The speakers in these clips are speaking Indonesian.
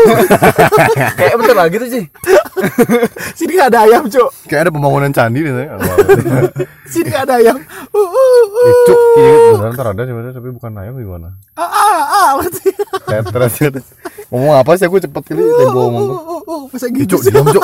Kayak bentar lagi tuh sih. Sini gak ada ayam, Cuk. Kayak ada pembangunan candi nih. Sini gak ada ayam. Cuk, iya beneran ntar ada sebenarnya tapi bukan ayam gimana? Berarti. Terus ngomong apa sih aku cepet kali tempo ngomong. Masa gitu Cuk, diam, Cuk.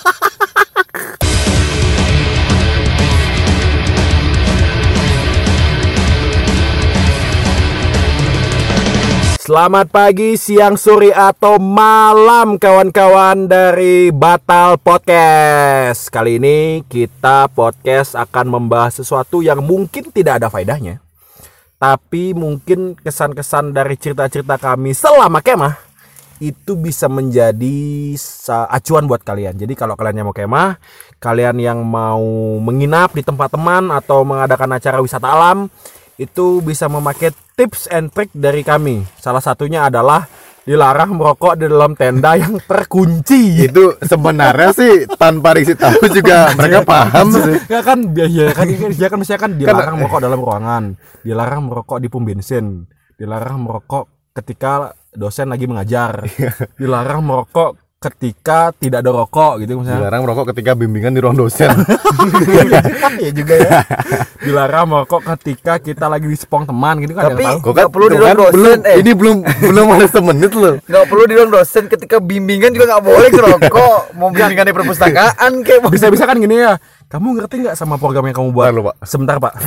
Selamat pagi, siang, sore, atau malam kawan-kawan dari Batal Podcast. Kali ini kita podcast akan membahas sesuatu yang mungkin tidak ada faedahnya, tapi mungkin kesan-kesan dari cerita-cerita kami selama kemah itu bisa menjadi acuan buat kalian. Jadi kalau kalian yang mau kemah, kalian yang mau menginap di tempat teman atau mengadakan acara wisata alam, itu bisa memakai tips and trick dari kami. Salah satunya adalah dilarang merokok di dalam tenda yang terkunci. Itu sebenarnya sih tanpa dikasih tahu juga mereka paham sih. Ya kan misalnya kan dilarang merokok dalam ruangan, dilarang merokok di pom bensin, dilarang merokok ketika dosen lagi mengajar, dilarang merokok ketika tidak ada rokok gitu misalnya. Dilarang merokok ketika bimbingan di ruang dosen. Ya juga ya. Dilarang merokok ketika kita lagi di spong teman gitu kan. Tapi tahu. nggak perlu di ruang dosen. Ini belum ada semenit loh. Nggak perlu di ruang dosen, ketika bimbingan juga nggak boleh ngerokok. Mau bimbingan di perpustakaan kayak Bisa kan gini ya. Kamu ngerti nggak sama program yang kamu buat? Bentar, Pak. Sebentar, Pak.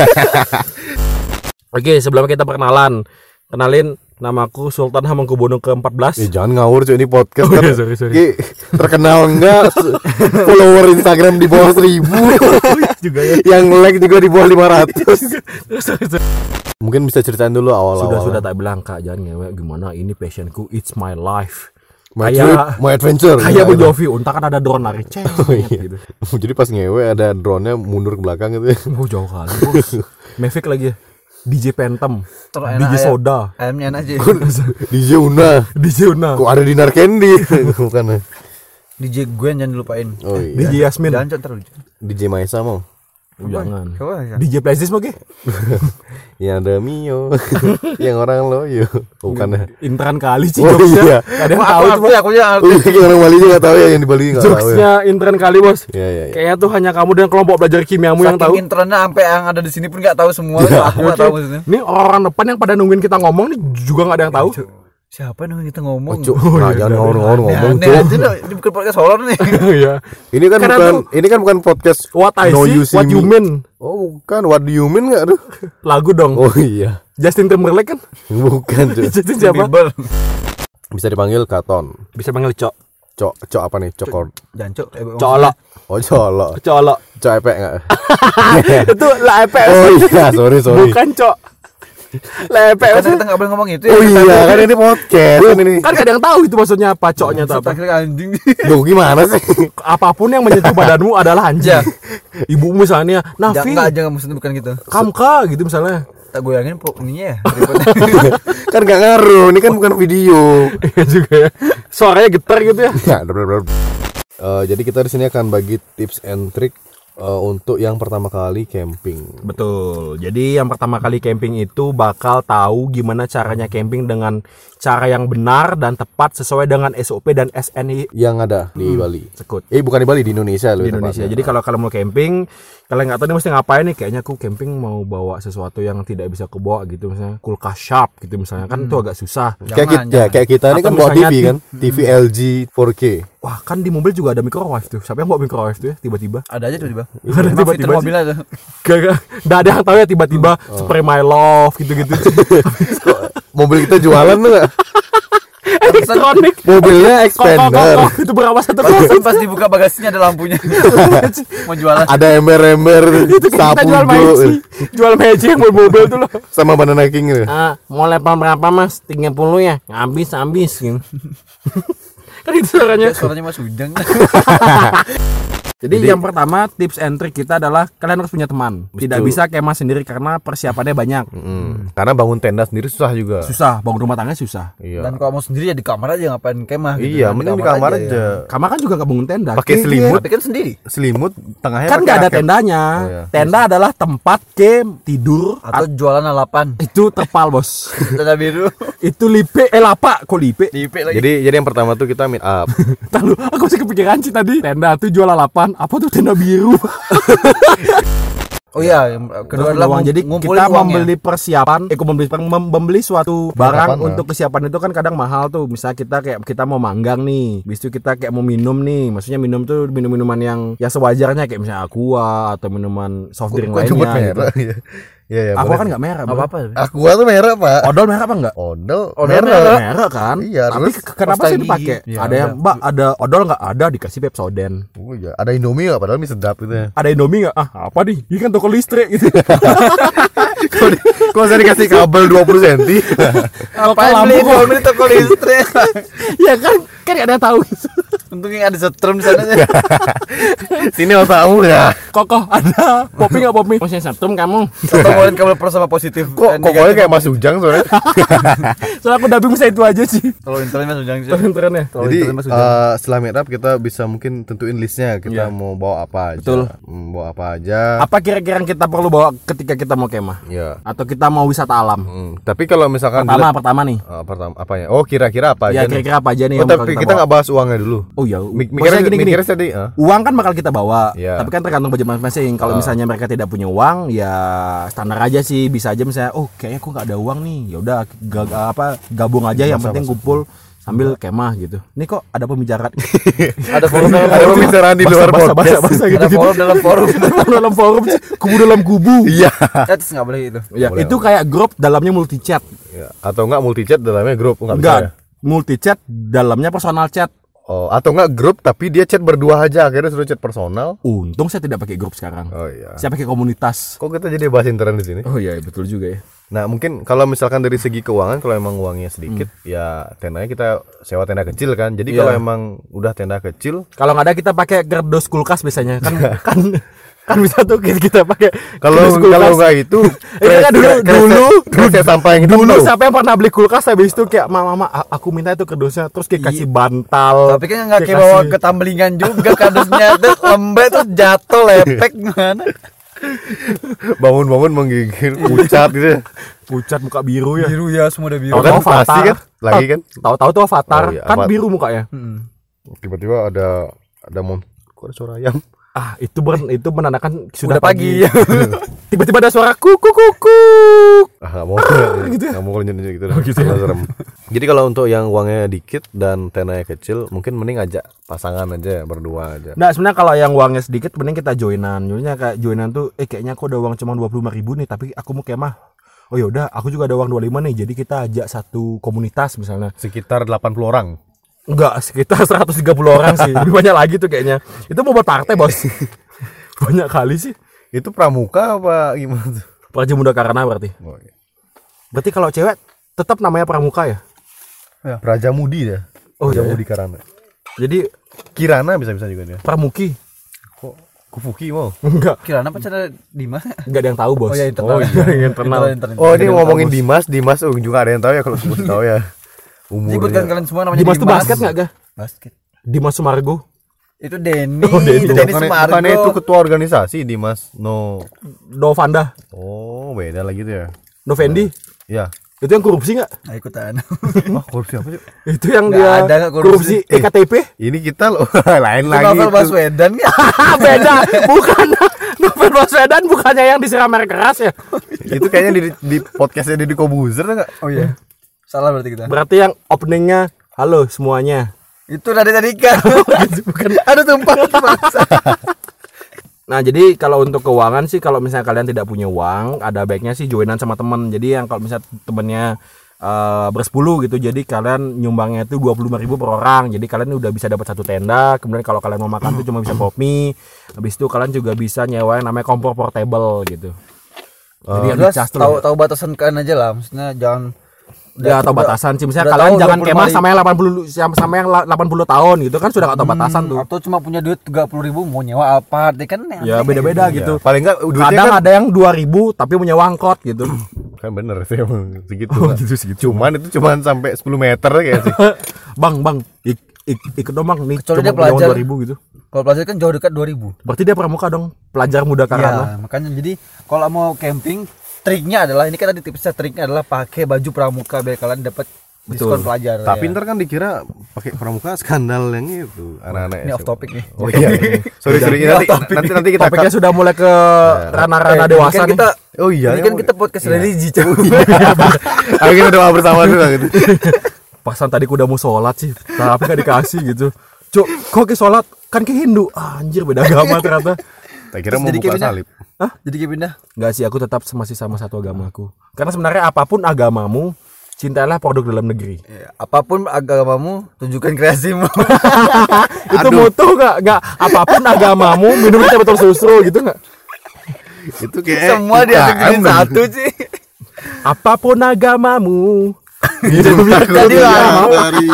Oke, sebelum kita kenalin namaku Sultan Hamengkubuwono ke-14. Jangan ngawur cuy, ini podcast kan. Sorry. Terkenal enggak follower Instagram di bawah 1000 juga ya. Yang like juga di bawah 500. Mungkin bisa ceritain dulu awal-awal. Sudah tak bilang, Kak, jangan ngewek gimana, ini passionku, it's my life. My trip, my adventure. Kayak Bu Jovi, unta kan ada drone lari gitu. Jadi pas ngewe ada drone-nya mundur ke belakang gitu ya. Oh, jauh kali, Bos. Mavic lagi ya. DJ Phantom, DJ Soda, ayamnya enak aja. DJ Una. Kok ada Dinar Candy? Bukan. DJ Gwen jangan dilupain. Oh iya. DJ Yasmin. Jangan terus. DJ Maisa mau. Jangan. Coba. DJ Playstation oke. Yang ada Mio. Yang orang loyo. Bukan. Intran kali sih. Oh iya. Ada yang tahu tuh aku ya. Orang Bali juga tahu ya, yang di Bali enggak tahu. Jokesnya intran kali, Bos. Iya. Kayaknya tuh hanya kamu dan kelompok belajar kimiamu yang tahu. Internnya sampai yang ada di sini pun enggak tahu semua. Aku enggak tahu maksudnya. Ini orang depan yang pada nungguin kita ngomong nih juga enggak ada yang tahu. Siapa yang kita ngomong? Jangan ngomong. Ini bukan podcast horor nih. Iya. Ini kan bukan podcast What I See, What You Mean. Oh, bukan. What do you mean enggak tuh? Lagu dong. Oh iya. Justin Timberlake kan? Bukan, cuy. Justin siapa? Bisa dipanggil Katon. Bisa panggil Cok. Cok apa nih? Cokor. Jancok. Colok. Oh, colok. Cok epek enggak? Itu lah epek. Oh iya, sorry. Bukan Cok. Lepek. Kan kita enggak boleh ngomong itu. Oh iya, kan ini podcast ini. Kan kadang tahu itu maksudnya apa, Coknya itu apa. Anjing. Loh, gimana sih? Apapun yang menyentuh badanmu adalah anjing. Ibu misalnya, Nafi. Enggak aja maksudnya bukan gitu. Kamka gitu misalnya. Tak goyangin ininya ya. Kan enggak ngaruh, ini kan bukan video. Iya juga ya. Suaranya getar gitu ya. Jadi kita di sini akan bagi tips and trick untuk yang pertama kali camping. Betul. Jadi yang pertama kali camping itu bakal tahu gimana caranya camping dengan cara yang benar dan tepat sesuai dengan SOP dan SNI yang ada di Bali. Sekut. Bukan di Bali, di Indonesia loh. Di Indonesia. Jadi kalau kalian mau camping, kalian nggak tahu nih mesti ngapain nih. Kayaknya aku camping mau bawa sesuatu yang tidak bisa kebawa gitu, misalnya kulkas Sharp gitu misalnya, kan itu agak susah. Kayak kita ini kan bawa TV kan, TV LG 4K. Wah, kan di mobil juga ada microwave tuh. Siapa yang bawa microwave tuh ya tiba-tiba? Ada aja tiba-tiba. Ada tiba-tiba mobil aja. Gak ada yang tahu ya tiba-tiba spray my love gitu-gitu. Mobil kita jualan tuh enggak? Elektronik. Mobilnya expander. Itu berapa satu pas dibuka bagasinya ada lampunya. Mau jualan. Ada ember-ember sapu jual Magic. Jual Magic yang mobil tuh loh. Sama Banana King itu. Mau level berapa, Mas? 30 ya? Habis gitu. Kan itu suaranya. Suaranya Mas Ujang. Jadi yang pertama tips and trick kita adalah kalian harus punya teman. Tidak bisa kemah sendiri karena persiapannya banyak. Karena bangun tenda sendiri susah juga. Susah, bangun rumah tangga susah. Iya. Dan kalau mau sendiri ya di kamar aja, ngapain kemah gitu. Iya, mending di kamar aja. Kamar kan juga nggak bangun tenda. Pakai selimut. Tapi kan sendiri. Selimut tengahnya Kan pakai nggak ada raket. tendanya. Oh, iya. Tenda adalah tempat kem tidur Atau jualan lalapan. itu terpal bos. Tenda biru. Itu lipe lapa kok lipe. Lipe lagi. Jadi yang pertama tuh kita meet up. Tahu, aku masih kepikiran sih tadi. Tenda tuh jual lalapan. Apa tuh tenda biru? Oh iya, yang kedua adalah uang. Jadi ngumpulin kita uangnya. membeli persiapan, membeli suatu barang Perlengkapan untuk kesiapan itu kan kadang mahal tuh. Misalnya kita mau manggang nih, habis itu kita kayak mau minum nih. Maksudnya minum tuh minuman yang sewajarnya kayak misalnya aqua atau minuman soft drink Kok nyebut lainnya. merah? Gitu. Iya, Aqua kan nggak merah, bro. apa-apa. Aqua tuh merah, Pak. Odol merah apa enggak? Odol Merah kan? Iya, Tapi terus kenapa pasta sih gigi. dipakai? Iya, Ada yang, Mbak, ada odol nggak? Ada, dikasih Pepsodent. Oh iya, ada Indomie enggak padahal mie sedap gitu ya. Ada Indomie nggak? Ah, apa nih? Ini kan toko listrik gitu. Kok saya dikasih kabel 20 cm? Apaan lampu beli kok. Indomie di toko listrik? Ya kan nggak ada yang tahu. Untungnya ada setrum di sana. Sini otakmu ya. Kokoh ada. Popi nggak popi? Maksudnya Sabtum kamu. Atau ngomongin kabel pro sama positif. Kok kokonya kayak Mas Ujang soalnya. Soalnya aku dubbing bisa itu aja sih. Kalau internet mas Ujang sih. Trennya. Jadi setelah meet up kita bisa mungkin tentuin listnya kita mau bawa apa aja. Betul. Bawa apa aja. Apa kira-kira yang kita perlu bawa ketika kita mau kemah? Iya. Atau kita mau wisata alam? Tapi kalau misalkan Pertama nih. pertama apa ya? Oh, kira-kira apa Ya aja nih? kira-kira apa aja nih Oh, yang bakal tapi kita bawa? nggak bahas uangnya dulu. Oh ya, Mikirnya gini. mikirnya tadi, Uang kan bakal kita bawa, Iya. tapi kan tergantung budget masing-masing. Kalau misalnya mereka tidak punya uang, ya standar aja sih. Bisa aja misalnya, oh kayaknya aku nggak ada uang nih, ya udah gabung aja. Yang penting kumpul sambil kemah gitu. Ini kok ada pembicaraan, Ada forum dalam ada forum. pembicaraan di luar podcast. basa Ada forum dalam forum. dalam forum, kubu dalam kubu. Iya. Terus nggak boleh itu. Ya, itu kayak grup dalamnya multi chat. Ya, atau enggak multi chat dalamnya grup enggak bisa. Enggak, Ya? multi chat dalamnya personal chat. Oh, atau enggak grup tapi dia chat berdua aja akhirnya suruh chat personal. Untung saya tidak pakai grup sekarang. Oh iya. Saya pakai komunitas. Kok kita jadi bahas internet di sini? Oh iya, betul juga ya. Nah, mungkin kalau misalkan dari segi keuangan kalau emang uangnya sedikit ya tendanya kita sewa tenda kecil kan. Jadi kalau emang udah tenda kecil, Kalau nggak ada kita pakai kardus kulkas biasanya kan bisa tuh kita pakai kalau kardus kulkas. enggak itu Itu kan dulu kresek sampah yang hitam dulu tuh. siapa yang pernah beli kulkas habis itu kayak mama aku minta itu kardusnya terus kayak kasih bantal. Tapi kan nggak kayak kayak bawa kasih- ke tambelingan juga kardusnya tuh lembek tuh jatuh lepek gimana? Bangun-bangun menggigil pucat gitu. pucat muka biru ya. Biru ya semua udah biru. Oh, kan Tahu-tahu pasti kan lagi kan. Tahu-tahu tuh Avatar Oh, iya, kan Avatar. biru mukanya. Tiba-tiba ada kok ada suara ayam. Ah, itu menandakan sudah Udah pagi. Tiba-tiba ada suara kuku. Ah, nggak mau Gitu ya? nggak mau kalau nyanyi gitu, serem. Jadi kalau untuk yang uangnya dikit dan tenanya kecil mungkin mending ajak pasangan aja berdua aja. Nah, sebenarnya kalau yang uangnya sedikit mending kita joinan. Joinnya kayak joinan tuh kayaknya aku ada uang cuma 25.000 nih tapi aku mau kemah. Oh ya udah, aku juga ada uang 25 nih. Jadi kita ajak satu komunitas misalnya. Sekitar 80 orang. Enggak, sekitar 130 orang sih. Lebih banyak lagi tuh kayaknya. Itu mau buat partai, Bos. Banyak kali sih. Itu pramuka apa gimana tuh? Praja Muda Karana berarti. Oh, iya. Berarti kalau cewek tetap namanya pramuka ya? Praja Mudi ya. Oh, Praja iya, Mudi Karana. Jadi Kirana bisa-bisa juga dia. pramuki. Kok Kufuki mau? Enggak. Kirana pacar Dimas. Enggak ada yang tahu, Bos. Oh ya internal. internal. Oh, ini ngomongin Dimas juga ada yang tahu ya kalau sebut tahu ya. Sebutkan Umurnya. kalian semua namanya Dimas tuh basket enggak, Ga? Basket. Dimas Sumargo. Itu Denny. Oh, Denny. Itu Denny Bukannya itu Sumargo. ketua organisasi Dimas Novanda. Oh, beda lagi tuh ya. Novendi. Ya. Itu yang korupsi enggak? Nah, ikutan. Oh, korupsi apa sih? Itu yang Nggak dia ada, nggak korupsi korupsi. EKTP. Ini kita loh lain Itu lagi. novel itu. Baswedan kan? Beda, bukan Novel Baswedan, bukannya yang disiram air keras ya. Itu kayaknya di podcastnya Deddy Kobuzer enggak? Oh iya. Salah berarti kita. Berarti yang openingnya halo semuanya. Itu dari tadi kan. Bukan. Ada tumpah bangsa. Nah, jadi kalau untuk keuangan sih kalau misalnya kalian tidak punya uang, ada baiknya sih joinan sama temen. Jadi yang kalau misalnya temennya bersepuluh gitu, jadi kalian nyumbangnya itu 25.000 per orang. Jadi kalian udah bisa dapat satu tenda. Kemudian kalau kalian mau makan tuh cuma bisa pop mie. Habis itu kalian juga bisa nyewa yang namanya kompor portable gitu. Jadi yang Jelas dicas tuh tahu batasan kalian aja lah. Maksudnya jangan Ya atau batasan sih, misalnya udah kalian tahu jangan 25 kemah ribu. sama yang 80 tahun gitu kan sudah atau batasan tuh. Atau cuma punya duit 30.000 mau nyewa Alphard kan Ya beda-beda gitu. Paling enggak duitnya Kadang kan ada yang 2.000 tapi punya angkot gitu. kan bener sih emang segitu. Oh, Pak. gitu, segitu. Cuman itu cuman sampai 10 meter kayak sih. Bang, ikut dong bang, nih Kecuali cuma dia punya uang pelajar. 2.000 gitu. Kalau pelajar kan jauh dekat 2.000. Berarti dia pramuka dong, pelajar muda Karano. Iya, makanya jadi kalau mau camping triknya adalah ini kan tadi tipsnya, triknya adalah pakai baju pramuka biar kalian dapat diskon pelajar. Tapi ya. ntar kan dikira pakai pramuka skandal yang itu anak-anak. Ini off topic nih. Oh iya. sorry nanti kita Topiknya sudah mulai ke ranah-ranah Ini dewasa kan nih. kita, Oh iya. ini kan kita podcast religi, Cak. Ayo kita doa bersama dulu gitu. Pasan tadi ku udah mau sholat sih, tapi gak dikasih gitu. Cuk, kok ke sholat? Kan ke Hindu. Anjir beda agama ternyata. Tak kira Terus mau jadi buka kayak salib. Hah? Jadi kayak pindah. Enggak sih, aku tetap masih sama satu agamaku. Karena sebenarnya apapun agamamu, cintailah produk dalam negeri. Ya, apapun agamamu, tunjukkan kreasimu. Itu moto enggak apapun agamamu, minum teh botol susu gitu enggak? Itu kayak Semua dia UKM dengerin dong. satu sih. Apapun agamamu. Tadi lah.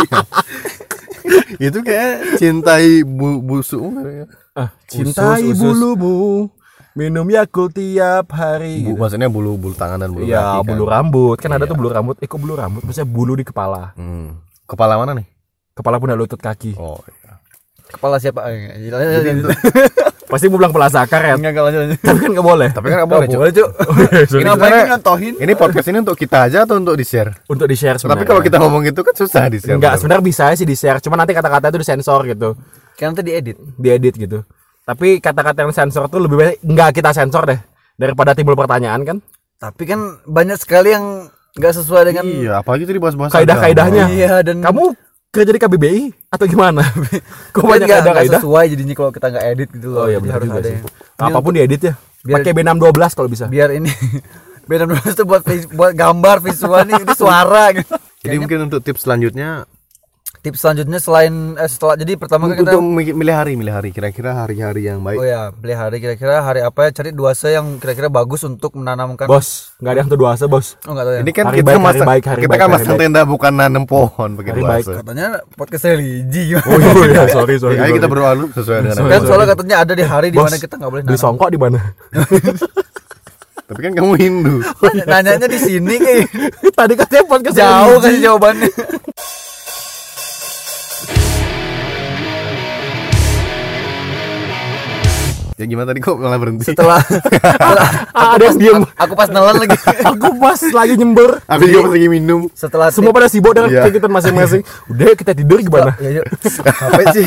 Itu kayak cintai busuk. Cintai Usus. bulumu, minum Yakult tiap hari. Gitu. Maksudnya bulu tangan dan bulu Iya, kaki kan. bulu rambut. Kan ada tuh bulu rambut. Kok bulu rambut? Maksudnya bulu di kepala. Kepala mana nih? Kepala pundak lutut kaki. Oh iya. Kepala siapa? Pasti mau bilang kepala sakar ya. Enggak lanjut. Tapi kan enggak boleh. Tapi kan nggak boleh, Cuk. Boleh, Cuk. Sorry. Kenapa sebenarnya- ini nontohin? Ini podcast ini untuk kita aja atau untuk di-share? Untuk di-share Tapi sebenarnya. kalau kita ngomong itu kan susah di-share. enggak, sebenarnya bisa sih di-share. Cuma nanti kata-kata itu disensor gitu. Kan nanti diedit. Diedit gitu. Tapi kata-kata yang sensor tuh lebih baik enggak kita sensor deh daripada timbul pertanyaan kan. Tapi kan banyak sekali yang enggak sesuai dengan Iya, apalagi tadi bahas-bahas Kaidah-kaidahnya. Iya, dan Kamu kerja di KBBI atau gimana? Kok kan banyak nggak kaidah-kaidah? sesuai jadinya kalau kita nggak edit gitu loh. Oh iya Jadi benar harus juga ada sih. yang- Apapun diedit ya. biar- Pakai B612 kalau bisa. biar ini beda itu buat gambar visual nih, ini suara gitu. Jadi mungkin untuk tips selanjutnya Tips selanjutnya selain setelah jadi pertama kan kita untuk milih hari kira-kira hari-hari yang baik. oh ya beli hari kira-kira hari apa ya, cari duasa yang kira-kira bagus untuk menanamkan. Bos, enggak ada yang terduasa, Bos. Oh nggak tahu ya. Ini kan Hari kita baik, hari masang baik, hari kita baik, kan hari masang baik. tenda bukan nanam pohon pakai Hari baik. duasa. Katanya podcast religi. Oh iya, sorry. Ayo kita berdoa dulu sesuai dengan Kan agama. soalnya katanya ada di hari di Bos, mana kita nggak boleh Di nanam. Songkok di mana? Tapi kan kamu Hindu. Nanyanya di sini kayak Tadi katanya podcast jauh religi. kasih jawabannya. Ya gimana tadi kok malah berhenti? Setelah Ada yang diem. aku pas nelan lagi. Aku pas lagi nyember. Habis juga pas lagi minum. Setelah Semua pada sibuk dengan Iya. kegiatan masing-masing. Udah kita tidur gimana? Ya, yuk. Capek sih.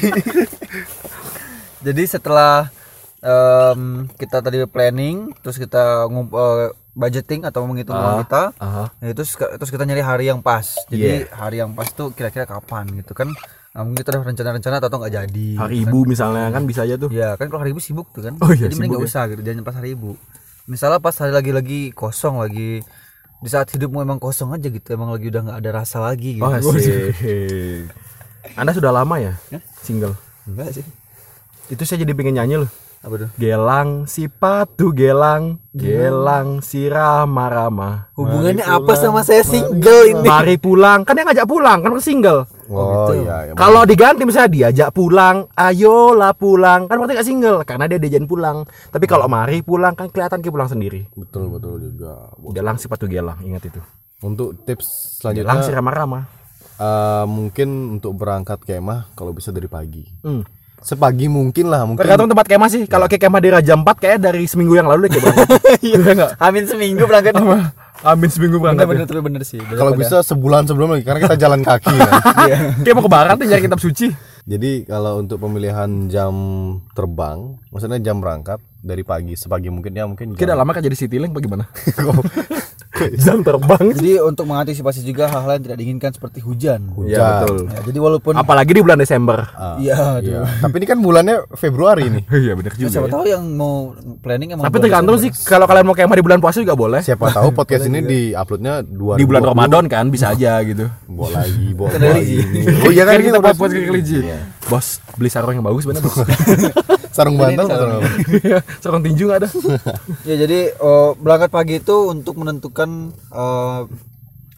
Jadi setelah kita tadi planning, terus kita budgeting atau menghitung uang kita, ya, terus kita nyari hari yang pas. Jadi hari yang pas tuh kira-kira kapan gitu kan? Nah, mungkin kita udah rencana-rencana atau nggak jadi. Hari Ibu misalnya kan bisa aja tuh. Ya kan kalau hari ibu sibuk tuh kan. Oh iya, Jadi mending sibuk nggak ya. usah gitu, jangan pas hari ibu. Misalnya pas hari lagi kosong lagi di saat hidupmu emang kosong aja gitu, emang lagi udah nggak ada rasa lagi gitu. Oh, asik. Anda sudah lama ya single? Enggak sih. Itu saya jadi pengen nyanyi loh. Apa tuh? Gelang si patu gelang, gelang si rama-rama. Hubungannya apa sama saya single ini? Mari pulang, kan dia ngajak pulang, kan single. Oh iya. Kalau diganti misalnya diajak pulang, ayolah pulang, kan berarti gak single karena dia diajakin pulang. Tapi kalau mari pulang kan kelihatan kayak pulang sendiri. Betul juga. Gelang si patu gelang, ingat itu. Untuk tips Gelang si selanjutnya rama-rama. mungkin untuk berangkat kemah kalau bisa dari pagi. Sepagi mungkin lah, mungkin. Tergantung tempat kemah sih. Kalau kayak kemah di Raja 4 kayak dari seminggu yang lalu deh kayak berangkat. Iya enggak? Amin seminggu berangkat. Amin seminggu berangkat. Bener terus bener sih. Kalau bisa sebulan sebelum lagi karena kita jalan kaki kan. Kayak mau ke barat nih nyari kitab suci. Jadi kalau untuk pemilihan jam terbang, maksudnya jam berangkat dari pagi, sepagi mungkin ya mungkin. Kita lama kan jadi Citylink bagaimana? Jam terbang. Jadi untuk mengantisipasi juga hal-hal yang tidak diinginkan seperti hujan. Iya betul. Ya, jadi walaupun Apalagi di bulan Desember. iya, Iya. Tapi ini kan bulannya Februari nih. Iya benar ya, juga. siapa Ya. tahu yang mau planning emang Tapi bulan tergantung Desember. sih kalau kalian mau kemah di bulan puasa juga boleh. Siapa tahu podcast ini di-uploadnya 2020. Di bulan Ramadan kan bisa aja gitu. Bawa lagi. religi. Oh iya kan Kan kita kita buat religi. Bos, beli sarung yang bagus bener bos. sarung bantal atau sarung apa? Sarung tinju nggak ada. Ya jadi berangkat pagi itu untuk menentukan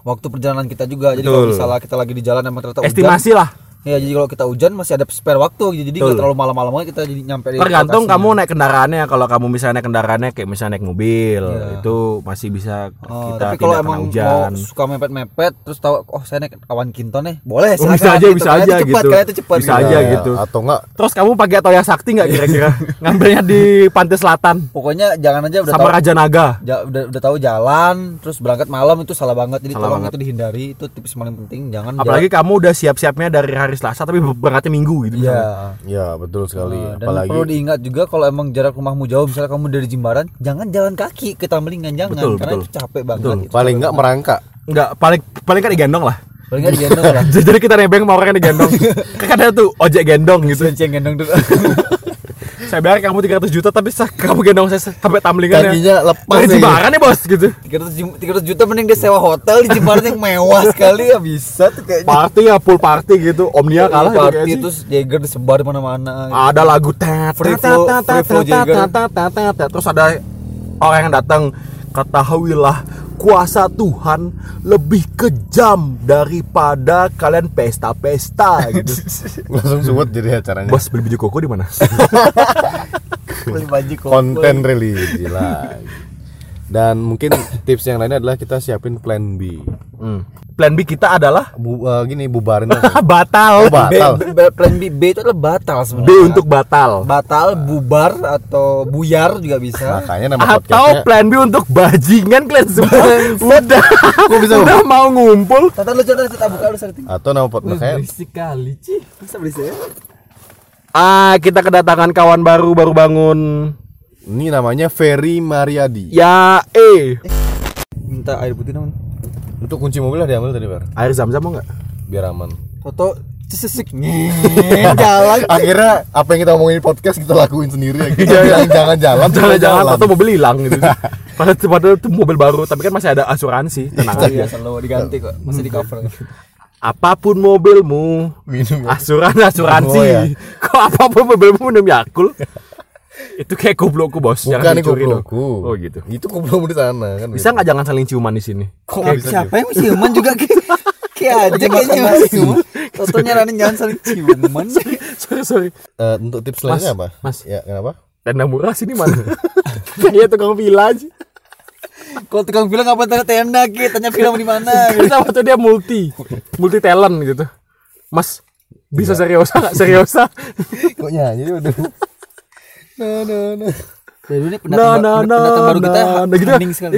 waktu perjalanan kita juga. Jadi kalau misalnya kita lagi di jalan emang ternyata estimasi lah. Ya, jadi kalau kita hujan masih ada spare waktu, jadi nggak terlalu malam-malam kita jadi nyampe di tergantung kamu naik kendaraannya. Kalau kamu misalnya naik kendaraannya kayak misalnya naik mobil, itu masih bisa kita tapi kalau emang hujan. mau suka mepet-mepet terus tahu saya naik awan Kinton nih, boleh bisa aja gitu. Cepat, bisa aja gitu. Atau enggak terus kamu pakai Toya Sakti nggak kira-kira ngambilnya di Pantai Selatan? Pokoknya jangan aja sama Raja Naga. Udah tahu jalan terus berangkat malam itu salah banget. Jadi tolong itu dihindari, itu tips paling penting. Jangan apalagi kamu udah siap-siapnya dari hari Selasa tapi berangkatnya Minggu gitu. Ya betul sekali. Dan apalagi perlu diingat juga kalau emang jarak rumahmu jauh, misalnya kamu dari Jimbaran, jangan jalan kaki ke Tambelingan, jangan. Karena itu capek banget. Paling enggak merangkak. Enggak, paling kan digendong lah. Paling enggak digendong lah. Jadi kita nebeng mau orang yang digendong. Kan ada tuh ojek gendong gitu. Ojek gendong tuh. Saya bayar kamu 300 juta tapi kamu gendong saya sampai Tambelingan ya. Kakinya lepas ya. Jimbaran ya bos gitu. 300 juta mending dia sewa hotel di Jimbaran yang mewah sekali ya, bisa tuh kayaknya. Party ya, full party gitu. Omnia kalah party terus Jagger disebar di mana-mana. Ada lagu free flow Jagger. Terus ada orang yang datang, ketahuilah kuasa Tuhan lebih kejam daripada kalian pesta-pesta gitu. Langsung suwet jadi acaranya. Bos, beli baju koko di mana? Beli baju koko. Konten religi lah. Dan mungkin tips yang lainnya adalah kita siapin plan B. Plan B kita adalah bubarin batal. Plan B itu adalah batal sebenarnya. B untuk batal. Batal, bubar atau buyar juga bisa. Makanya nama podcastnya. Atau plan B untuk bajingan kalian semua. Udah mau ngumpul. Tata lu coba kita buka lu setting. Atau nama podcastnya berisik kali, Ci. Masa berisik? Kita kedatangan kawan baru bangun. Ini namanya Ferry Mariadi. Ya, minta air putih dong. Untuk kunci mobil lah diambil tadi, Bar. Air zam-zam mau enggak? Biar aman. Toto sesek jalan. Akhirnya apa yang kita omongin di podcast kita lakuin sendiri ya. Jangan jalan. Atau mobil hilang gitu. Padahal itu mobil baru, tapi kan masih ada asuransi. Tenang aja. Selalu diganti kok, masih di cover. Apapun mobilmu, minum asuransi. Oh, ya. Kok apapun mobilmu minum Yakult? Itu kayak goblokku bos. Bukan nih goblokku. Oh gitu. Itu goblokmu di sana kan. Bisa nggak jangan saling ciuman di sini? Siapa yang ciuman juga kayak aja kayaknya ciuman. Toto nyaranin jangan saling ciuman. Sorry. Untuk tips lainnya apa? Mas. Ya kenapa? Tenda murah sini mana? Kayak tukang villa aja. Kalau tukang villa ngapain tanya tenda tanya villa di mana? Kita waktu dia multi talent gitu. Mas bisa seriosa nggak seriosa? Kok nyanyi dia udah. Jadi ini pendatang baru kita hening sekali.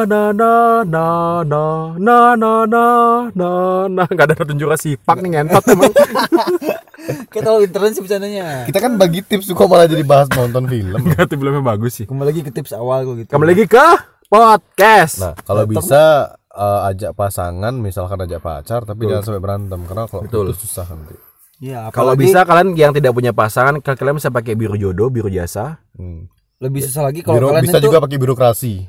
Nggak ada tunjuk sipak nih ngentot emang. Kita tahu internet sih bercandanya. Kita kan bagi tips kok malah jadi bahas nonton film. Enggak, filmnya bagus sih. Kembali lagi ke tips awal kok gitu. Kembali lagi ke podcast. Nah, kalau bisa ajak pasangan, misalkan ajak pacar tapi jangan sampai berantem karena kalau itu susah nanti. Ya, kalau bisa kalian yang tidak punya pasangan, kalian bisa pakai biro jodoh, biro jasa. Lebih susah lagi kalau kalian bisa juga pakai birokrasi.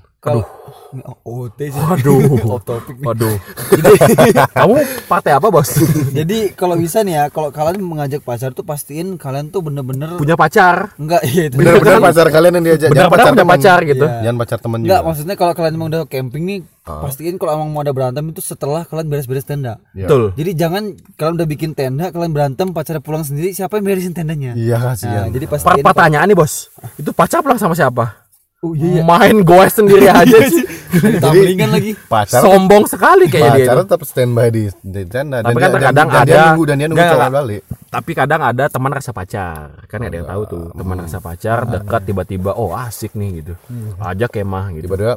Waduh. Kamu partai apa, Bos? Jadi kalau bisa nih ya, kalau kalian mengajak pacar tuh pastiin kalian tuh bener-bener punya pacar. Enggak, iya itu. Bener-bener pacar kalian yang diajak. Jangan punya pacar gitu. Jangan pacar teman juga. Enggak, maksudnya kalau kalian emang udah camping nih, pastiin kalau emang mau ada berantem itu setelah kalian beres-beres tenda. Betul. Jadi jangan kalian udah bikin tenda, kalian berantem, pacarnya pulang sendiri, siapa yang beresin tendanya? Iya, kasihan. Jadi pastiin. Pertanyaan nih, Bos. Itu pacar pulang sama siapa? Oh iya. Main goes sendiri aja sih. Tambelingan lagi. Pacar sombong sekali kayaknya dia. Pacar tetap standby di tenda. Tapi kan terkadang ada dan dia nunggu cowok balik. Tapi kadang ada teman rasa pacar. Kan ada yang tahu tuh, teman rasa pacar dekat tiba-tiba asik nih gitu. Ajak kemah gitu. Tiba-tiba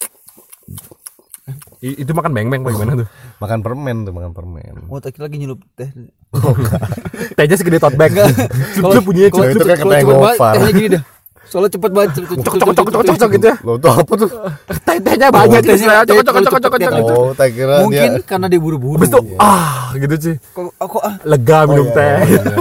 itu makan beng-beng bagaimana tuh? Makan permen. Oh, tadi lagi nyelup teh. Tehnya segede tote bag. Kalau punya itu kan katanya Gofar. Tehnya gini dah. Soalnya cepet banget cocok gitu ya. Lo tuh apa tuh? Tehnya banyak cocok. Oh, tak kira mungkin karena dia buru-buru. Habis itu gitu sih. Kok lega minum teh.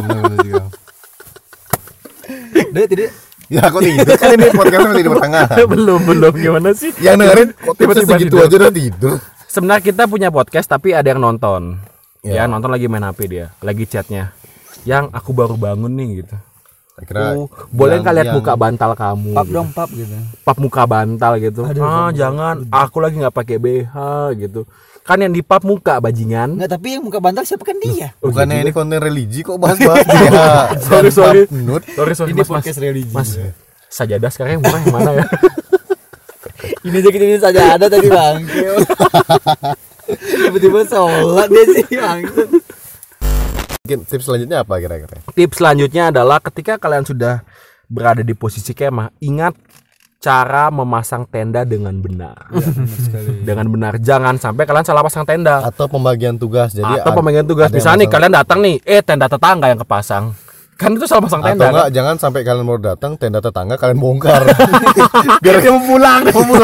Dia tidak. Ya kok tidur kan ini podcast masih di pertengahan. Belum gimana sih? Yang dengerin kok tiba-tiba segitu aja udah tidur. Sebenarnya kita punya podcast tapi ada yang nonton. Ya, nonton lagi main HP dia, lagi chatnya. Yang aku baru bangun nih gitu. Boleh nggak lihat muka bantal kamu? Pap gitu. dong, pap gitu. Pap muka bantal gitu. Jangan. Aku lagi nggak pakai BH gitu. Kan yang di pub muka bajingan. Enggak, tapi yang muka bantal siapa kan dia? Bukannya ini konten religi kok bahas-bahas dia. Sorry. Nut. Ini podcast religi. Mas, sajadah sekarang yang murah yang mana ya? Ini aja kita saja ada tadi bang. Tiba-tiba sholat dia sih bang. Tips selanjutnya apa kira-kira? Tips selanjutnya adalah ketika kalian sudah berada di posisi kemah, ingat cara memasang tenda dengan benar. Ya, benar sekali. Dengan benar, jangan sampai kalian salah pasang tenda. Atau pembagian tugas. Jadi Atau pembagian tugas. Misalnya nih kalian datang nih, tenda tetangga yang kepasang. Kan itu salah pasang tenda. Atau enggak, kan? jangan sampai kalian mau datang tenda tetangga kalian bongkar. Biar dia mau pulang.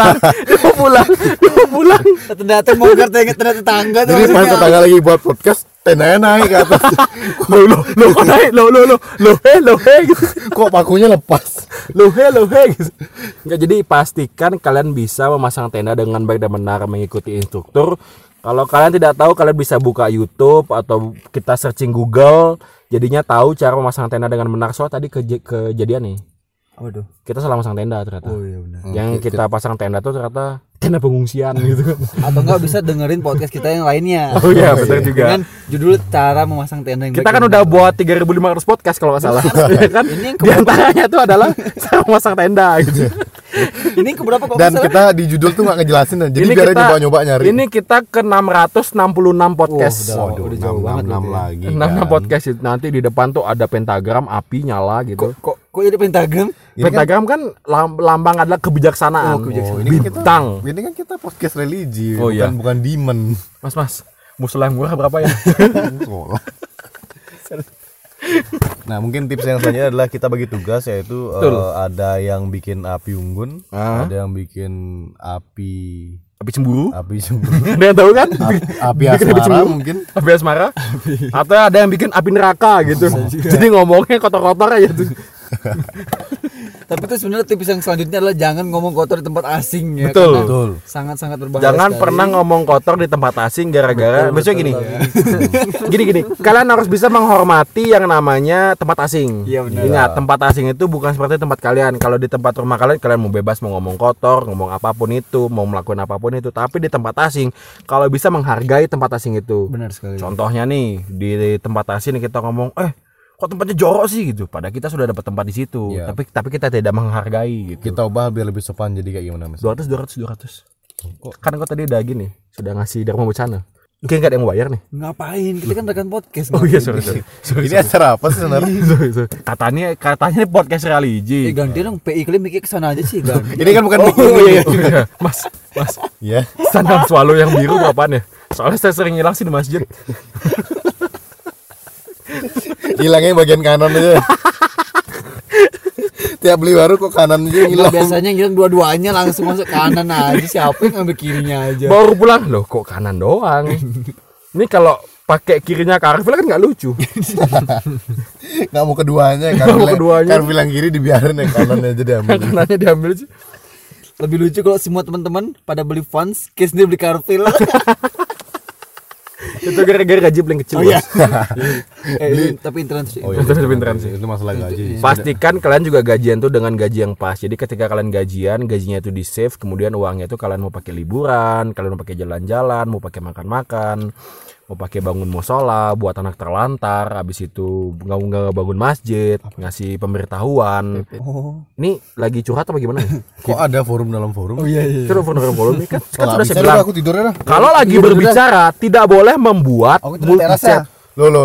Datang bongkar tenda tetangga tuh. Jadi pas tetangga lagi buat podcast, tendanya naik ke atas. Loh, kok naik? Loh, gitu. Kok pakunya lepas? Loh, gitu. Enggak, jadi pastikan kalian bisa memasang tenda dengan baik dan benar mengikuti instruktur. Kalau kalian tidak tahu, kalian bisa buka YouTube atau kita searching Google, jadinya tahu cara memasang tenda dengan benar. Soal tadi kejadian nih. Waduh. Kita salah masang tenda ternyata. Oh iya benar. Yang kita pasang tenda tuh ternyata tenda pengungsian gitu. Atau enggak bisa dengerin podcast kita yang lainnya. Oh iya, benar juga. Dengan judul cara memasang tenda yang Kita baik kan dan udah benar. buat 3.500 podcast kalau nggak salah. Ya kan? Ini yang Di antaranya tuh adalah cara memasang tenda gitu. Ini keberapa kok? Dan masalah? kita di judul tuh nggak ngejelasin. Jadi Ini biar kita- nyoba-nyoba nyari. Ini kita ke 666 podcast. Udah jauh banget enam berarti ya. lagi. 66 podcast itu. Nanti di depan tuh ada pentagram api nyala gitu. Kok jadi pentagram? Pentagram kan lambang adalah kebijaksanaan. Oh, kebijaksanaan. ini kan kita- Bintang. Ini kan kita podcast religi, Oh, iya. bukan demon. Mas, musola yang murah berapa ya? Sekolah. Nah, mungkin tips yang selanjutnya adalah kita bagi tugas, yaitu ada yang bikin api unggun, ada yang bikin api Api cemburu. cemburu, Ada yang tahu kan? api Bikin asmara cemburu. mungkin. Api asmara. Atau ada yang bikin api neraka gitu. Jadi ngomongnya kotor-kotor aja tuh. Tapi itu sebenarnya tips yang selanjutnya adalah jangan ngomong kotor di tempat asing ya. Betul. Karena Betul. Sangat-sangat berbahaya. Jangan sekali. pernah ngomong kotor di tempat asing gara-gara maksudnya gini. Gini. Kalian harus bisa menghormati yang namanya tempat asing. Iya, benar. Ingat, tempat asing itu bukan seperti tempat kalian. Kalau di tempat rumah kalian mau bebas mau ngomong kotor, ngomong apapun itu, mau melakukan apapun itu. Tapi di tempat asing, kalau bisa menghargai tempat asing itu. Benar sekali. Contohnya nih, di tempat asing kita ngomong, kok tempatnya jorok sih gitu. Padahal kita sudah dapat tempat di situ. Iya. Tapi kita tidak menghargai gitu. Kita ubah biar lebih sopan, jadi kayak gimana mas? 200. Kan kok tadi udah gini, sudah ngasih Dharma Wacana. Mungkin nggak ada yang mau bayar nih. Ngapain? Kita kan rekan podcast. Oh iya, sorry. Ini acara apa sih sebenarnya? Sorry. Katanya ini podcast religi. Ganti dong PI kalian mikir kesana aja sih ganti. Ini kan bukan Iya. Mas. ya. Sandal swallow yang biru apaan ya? Soalnya saya sering ngilang sih di masjid. Hilangnya bagian kanan aja. Tiap beli baru kok kanan aja Nggak, hilang. biasanya ngilang dua-duanya langsung masuk kanan aja. Siapa yang ngambil kirinya aja? Baru pulang, loh kok kanan doang. Ini kalau pakai kirinya ke Arfil kan nggak lucu. Nggak mau keduanya. Nggak mau keduanya. Kan bilang kiri dibiarin, yang kanannya aja diambil. Kanannya diambil sih. Lebih lucu kalau semua teman-teman pada beli Vans, Case dia beli Carville. Itu gara-gara gaji paling kecil. Oh iya. Bos. Tapi internet sih. Oh, iya. Itu pinteran sih. Itu masalah gaji. Pastikan kalian juga gajian tuh dengan gaji yang pas. Jadi ketika kalian gajian, gajinya itu di save, kemudian uangnya itu kalian mau pakai liburan, kalian mau pakai jalan-jalan, mau pakai makan-makan, mau pakai bangun musola, buat anak terlantar, habis itu nggak bangun masjid, ngasih pemberitahuan. Oh. Ini lagi curhat apa gimana ya? Kok ada forum dalam forum? Oh iya iya. Itu volume ini kan Kalau sudah bisa saya bilang. aku tidurnya dah. Kalau lagi berbicara tidak boleh membuat Aku tidur teras ya. multi-chat. Loh.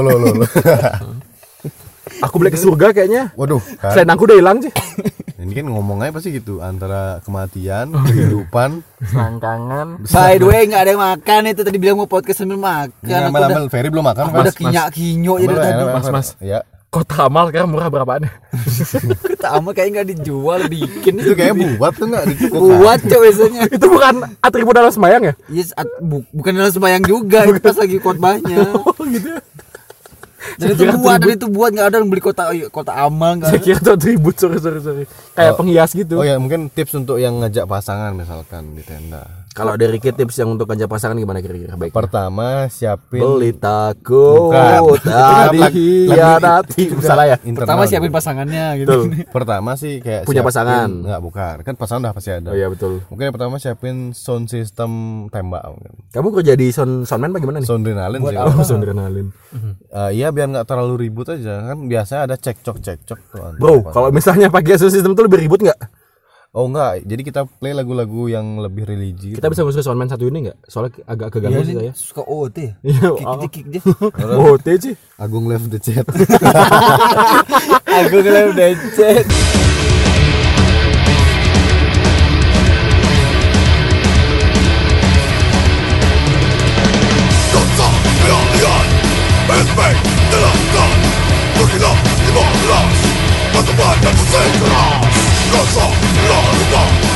Aku balik ke surga kayaknya. Waduh, kan. Selain aku udah hilang sih. Ini kan ngomong aja pasti gitu, antara kematian, kehidupan. Selangkangan. By the way nggak ada yang makan itu tadi bilang mau podcast sambil makan. Ya, Aku udah ambil Ferry belum makan. aku udah kinyak-kinyo jadi tadi. Mas. Ya. Kota amal sekarang murah berapaan ya? Kita ama kayak nggak dijual bikin Itu kayak buat tuh enggak dicukup. buat cok biasanya. Itu bukan atribut dalam sembahyang ya? Yes, bukan dalam sembahyang juga itu pas lagi khotbahnya. Oh gitu ya. Dan itu buat nggak ada yang beli kota amal nggak Saya ada. kira itu atribut, sorry. Kayak penghias gitu. Oh ya, mungkin tips untuk yang ngajak pasangan misalkan di tenda. Kalau dari tips yang untuk ngajak pasangan gimana kira-kira baiknya? Pertama siapin Beli takut tadi hianati. Salah ya? Pertama siapin pasangannya gitu. Pertama sih kayak Punya siapin- pasangan. Enggak, bukan. Kan pasangan udah pasti ada. Oh iya betul. Mungkin yang pertama siapin sound system tembak mungkin. Kamu kerja di soundman bagaimana nih? Soundrenalin sih. Oh, soundrenalin. Iya biar nggak terlalu ribut aja kan biasa ada cekcok tuh. Bro, kalau misalnya pakai sound system tuh lebih ribut nggak? Oh enggak, jadi kita play lagu-lagu yang lebih religi. Kita bisa ngurus soundman satu ini nggak? Soalnya agak keganggu sih saya. Suka OT. Iya, Kick dia. oh sih. Agung left the chat. Aku ngeliat decet. Rasa, la,